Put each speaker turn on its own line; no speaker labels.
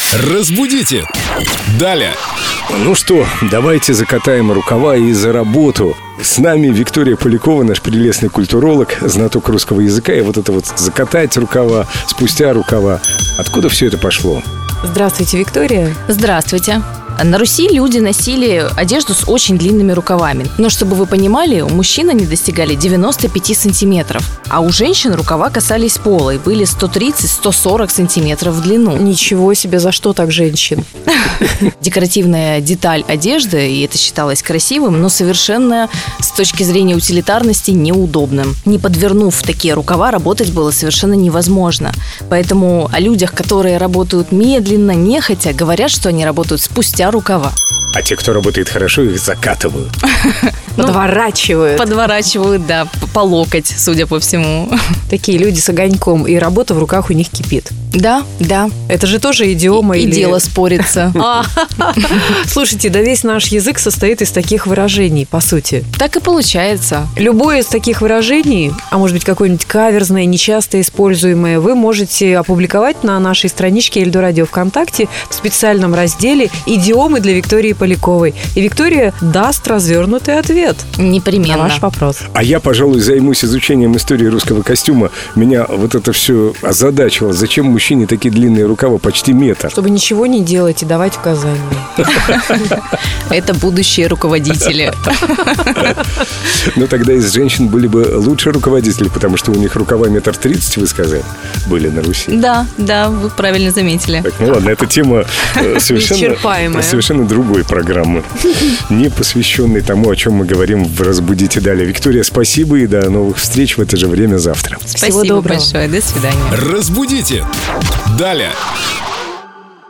Разбудите! Далее!
Ну что, давайте закатаем рукава и за работу. С нами Виктория Полякова, наш прелестный культуролог, знаток русского языка. И вот это вот закатать рукава, спустя рукава. Откуда все это пошло?
Здравствуйте, Виктория.
Здравствуйте. На Руси люди носили одежду с очень длинными рукавами. Но чтобы вы понимали, у мужчин они достигали 95 сантиметров, а у женщин рукава касались пола и были 130-140 сантиметров в длину.
Ничего себе, за что так женщин?
Декоративная деталь одежды, и это считалось красивым, но совершенно с точки зрения утилитарности неудобным. Не подвернув такие рукава, работать было совершенно невозможно. Поэтому о людях, которые работают медленно, нехотя, говорят, что они работают спустя рукава.
А те, кто работает хорошо, их закатывают.
Подворачивают.
Подворачивают, да, по локоть, судя по всему.
Такие люди с огоньком, и работа в руках у них кипит.
Да, да.
Это же тоже идиома
И
или...
дело спорится.
Слушайте, да весь наш язык состоит из таких выражений, по сути.
Так и получается.
Любое из таких выражений, а может быть какое-нибудь каверзное, нечасто используемое, вы можете опубликовать на нашей страничке Эльдо Радио ВКонтакте в специальном разделе «Идиомы для Виктории Поляковой». И Виктория даст развернутый ответ
Непременно.
на ваш вопрос.
А я, пожалуй, займусь изучением истории русского костюма. Меня вот это все озадачило. Зачем мужчине такие длинные рукава, почти метр?
Чтобы ничего не делать и давать указания.
Это будущие руководители.
Но тогда из женщин были бы лучше руководители, потому что у них рукава 1,30 м, вы сказали, были на Руси.
Да, да, вы правильно заметили.
Так, ну ладно, эта тема совершенно другой программы, не посвященной тому, о чем мы говорим в «Разбудите далее». Виктория, спасибо и до новых встреч в это же время завтра.
Спасибо
доброго.
большое. До свидания.
Разбудите! Далее!